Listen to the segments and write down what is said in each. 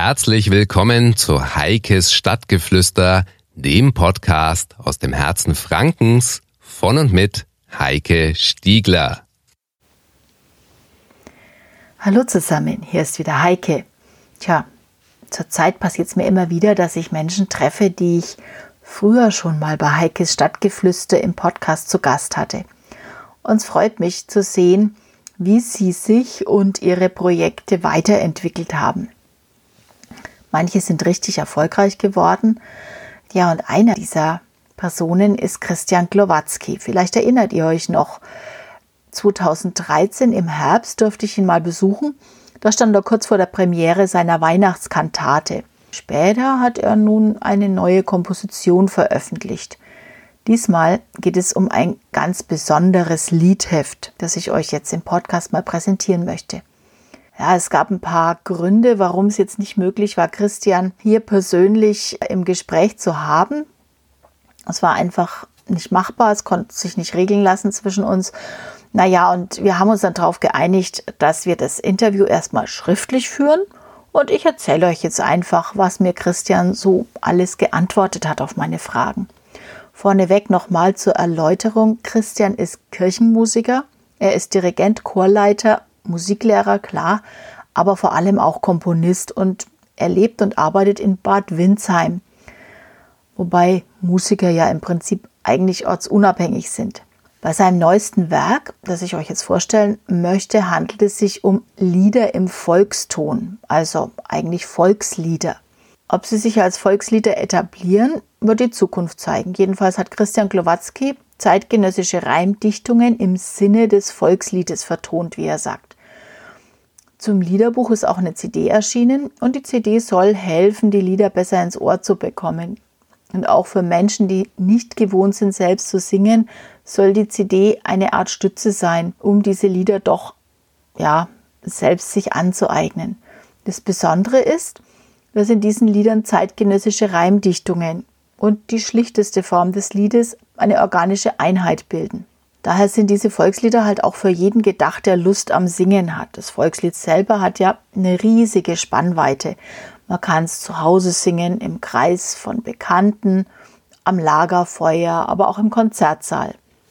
Herzlich willkommen zu Heikes Stadtgeflüster, dem Podcast aus dem Herzen Frankens von und mit Heike Stiegler. Hallo zusammen, hier ist wieder Heike. Zurzeit passiert es mir immer wieder, dass ich Menschen treffe, die ich früher schon mal bei Heikes Stadtgeflüster im Podcast zu Gast hatte. Und es freut mich zu sehen, wie sie sich und ihre Projekte weiterentwickelt haben. Manche sind richtig erfolgreich geworden. Ja, und einer dieser Personen ist Christian Glowatzki. Vielleicht erinnert ihr euch noch, 2013 im Herbst durfte ich ihn mal besuchen. Da stand er kurz vor der Premiere seiner Weihnachtskantate. Später hat er nun eine neue Komposition veröffentlicht. Diesmal geht es um ein ganz besonderes Liedheft, das ich euch jetzt im Podcast mal präsentieren möchte. Ja, es gab ein paar Gründe, warum es jetzt nicht möglich war, Christian hier persönlich im Gespräch zu haben. Es war einfach nicht machbar, es konnte sich nicht regeln lassen zwischen uns. Und wir haben uns dann darauf geeinigt, dass wir das Interview erstmal schriftlich führen. Und ich erzähle euch jetzt einfach, was mir Christian so alles geantwortet hat auf meine Fragen. Vorneweg nochmal zur Erläuterung. Christian ist Kirchenmusiker, er ist Dirigent, Chorleiter, Musiklehrer, klar, aber vor allem auch Komponist und er lebt und arbeitet in Bad Windsheim, wobei Musiker ja im Prinzip eigentlich ortsunabhängig sind. Bei seinem neuesten Werk, das ich euch jetzt vorstellen möchte, handelt es sich um Lieder im Volkston, also eigentlich Volkslieder. Ob sie sich als Volkslieder etablieren, wird die Zukunft zeigen. Jedenfalls hat Christian Glowatzki zeitgenössische Reimdichtungen im Sinne des Volksliedes vertont, wie er sagt. Zum Liederbuch ist auch eine CD erschienen und die CD soll helfen, die Lieder besser ins Ohr zu bekommen. Und auch für Menschen, die nicht gewohnt sind, selbst zu singen, soll die CD eine Art Stütze sein, um diese Lieder doch selbst sich anzueignen. Das Besondere ist, dass in diesen Liedern zeitgenössische Reimdichtungen und die schlichteste Form des Liedes eine organische Einheit bilden. Daher sind diese Volkslieder halt auch für jeden gedacht, der Lust am Singen hat. Das Volkslied selber hat ja eine riesige Spannweite. Man kann es zu Hause singen, im Kreis von Bekannten, am Lagerfeuer, aber auch im Konzertsaal.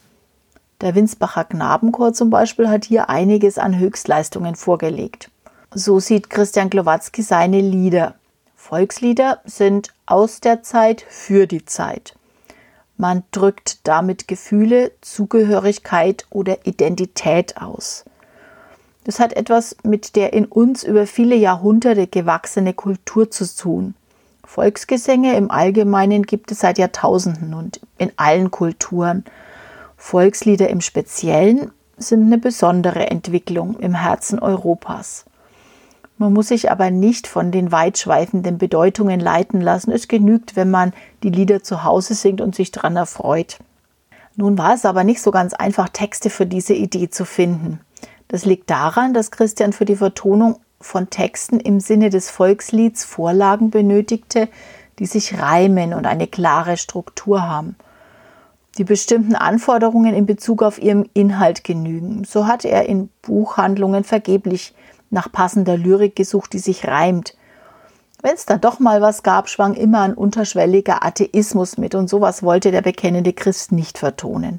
Der Winsbacher Knabenchor zum Beispiel hat hier einiges an Höchstleistungen vorgelegt. So sieht Christian Glowatzki seine Lieder. Volkslieder sind aus der Zeit für die Zeit. Man drückt damit Gefühle, Zugehörigkeit oder Identität aus. Das hat etwas mit der in uns über viele Jahrhunderte gewachsene Kultur zu tun. Volksgesänge im Allgemeinen gibt es seit Jahrtausenden und in allen Kulturen. Volkslieder im Speziellen sind eine besondere Entwicklung im Herzen Europas. Man muss sich aber nicht von den weitschweifenden Bedeutungen leiten lassen. Es genügt, wenn man die Lieder zu Hause singt und sich daran erfreut. Nun war es aber nicht so ganz einfach, Texte für diese Idee zu finden. Das liegt daran, dass Christian für die Vertonung von Texten im Sinne des Volkslieds Vorlagen benötigte, die sich reimen und eine klare Struktur haben. Die bestimmten Anforderungen in Bezug auf ihren Inhalt genügen. So hat er in Buchhandlungen vergeblich nach passender Lyrik gesucht, die sich reimt. Wenn es dann doch mal was gab, schwang immer ein unterschwelliger Atheismus mit und sowas wollte der bekennende Christ nicht vertonen.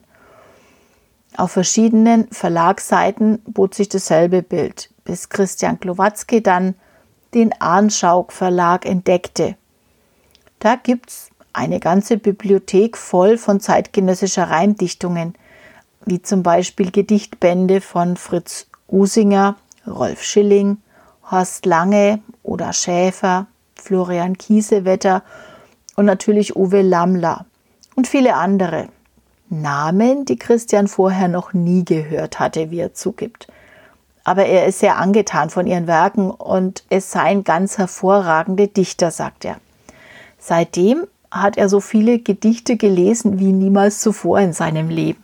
Auf verschiedenen Verlagsseiten bot sich dasselbe Bild, bis Christian Glowatzki dann den Arnschauk Verlag entdeckte. Da gibt's eine ganze Bibliothek voll von zeitgenössischer Reimdichtungen, wie zum Beispiel Gedichtbände von Fritz Usinger, Rolf Schilling, Horst Lange oder Schäfer, Florian Kiesewetter und natürlich Uwe Lammler und viele andere. Namen, die Christian vorher noch nie gehört hatte, wie er zugibt. Aber er ist sehr angetan von ihren Werken und es seien ganz hervorragende Dichter, sagt er. Seitdem hat er so viele Gedichte gelesen wie niemals zuvor in seinem Leben.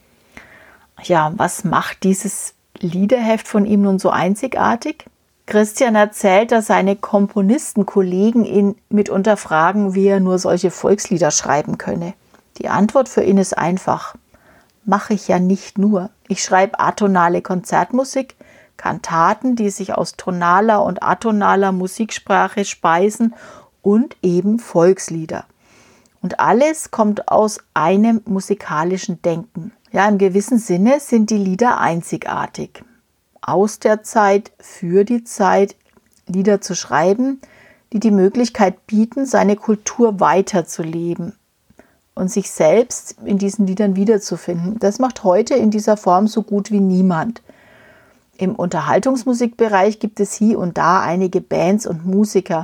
Ja, was macht dieses Liederheft von ihm nun so einzigartig? Christian erzählt, dass seine Komponistenkollegen ihn mitunter fragen, wie er nur solche Volkslieder schreiben könne. Die Antwort für ihn ist einfach: Mache ich ja nicht nur. Ich schreibe atonale Konzertmusik, Kantaten, die sich aus tonaler und atonaler Musiksprache speisen und eben Volkslieder. Und alles kommt aus einem musikalischen Denken. Ja, im gewissen Sinne sind die Lieder einzigartig. Aus der Zeit, für die Zeit, Lieder zu schreiben, die die Möglichkeit bieten, seine Kultur weiterzuleben und sich selbst in diesen Liedern wiederzufinden. Das macht heute in dieser Form so gut wie niemand. Im Unterhaltungsmusikbereich gibt es hier und da einige Bands und Musiker,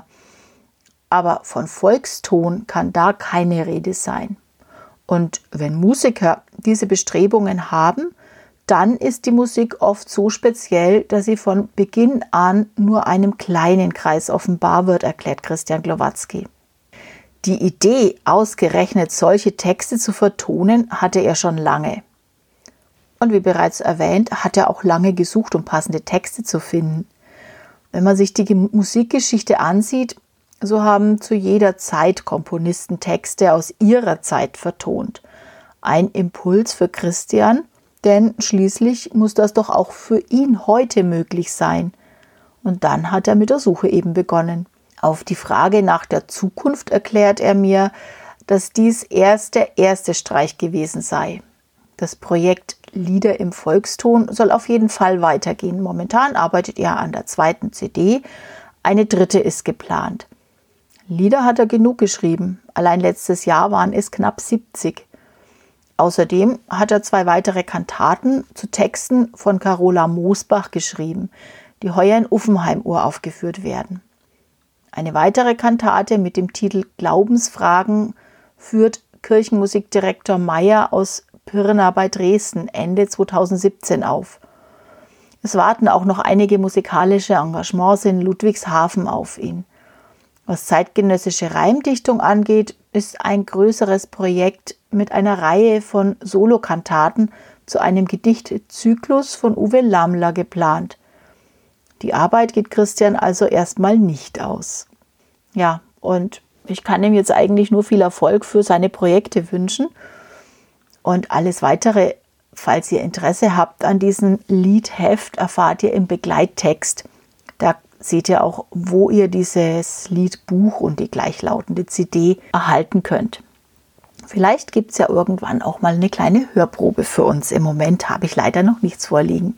aber von Volkston kann da keine Rede sein. Und wenn Musiker diese Bestrebungen haben, dann ist die Musik oft so speziell, dass sie von Beginn an nur einem kleinen Kreis offenbar wird, erklärt Christian Glowatzki. Die Idee, ausgerechnet solche Texte zu vertonen, hatte er schon lange. Und wie bereits erwähnt, hat er auch lange gesucht, um passende Texte zu finden. Wenn man sich die Musikgeschichte ansieht, so haben zu jeder Zeit Komponisten Texte aus ihrer Zeit vertont. Ein Impuls für Christian, denn schließlich muss das doch auch für ihn heute möglich sein. Und dann hat er mit der Suche eben begonnen. Auf die Frage nach der Zukunft erklärt er mir, dass dies erst der erste Streich gewesen sei. Das Projekt Lieder im Volkston soll auf jeden Fall weitergehen. Momentan arbeitet er an der 2. CD, eine 3. ist geplant. Lieder hat er genug geschrieben. Allein letztes Jahr waren es knapp 70. Außerdem hat er 2 weitere Kantaten zu Texten von Carola Mosbach geschrieben, die heuer in Uffenheim uraufgeführt werden. Eine weitere Kantate mit dem Titel Glaubensfragen führt Kirchenmusikdirektor Meyer aus Pirna bei Dresden Ende 2017 auf. Es warten auch noch einige musikalische Engagements in Ludwigshafen auf ihn. Was zeitgenössische Reimdichtung angeht, ist ein größeres Projekt mit einer Reihe von Solokantaten zu einem Gedichtzyklus von Uwe Lamler geplant. Die Arbeit geht Christian also erstmal nicht aus. Ja, und ich kann ihm jetzt eigentlich nur viel Erfolg für seine Projekte wünschen. Und alles Weitere, falls ihr Interesse habt an diesem Liedheft, erfahrt ihr im Begleittext. Da seht ihr auch, wo ihr dieses Liedbuch und die gleichlautende CD erhalten könnt. Vielleicht gibt es ja irgendwann auch mal eine kleine Hörprobe für uns. Im Moment habe ich leider noch nichts vorliegen.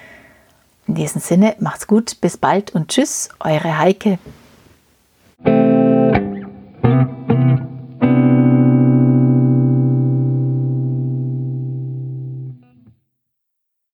In diesem Sinne, macht's gut, bis bald und tschüss, eure Heike.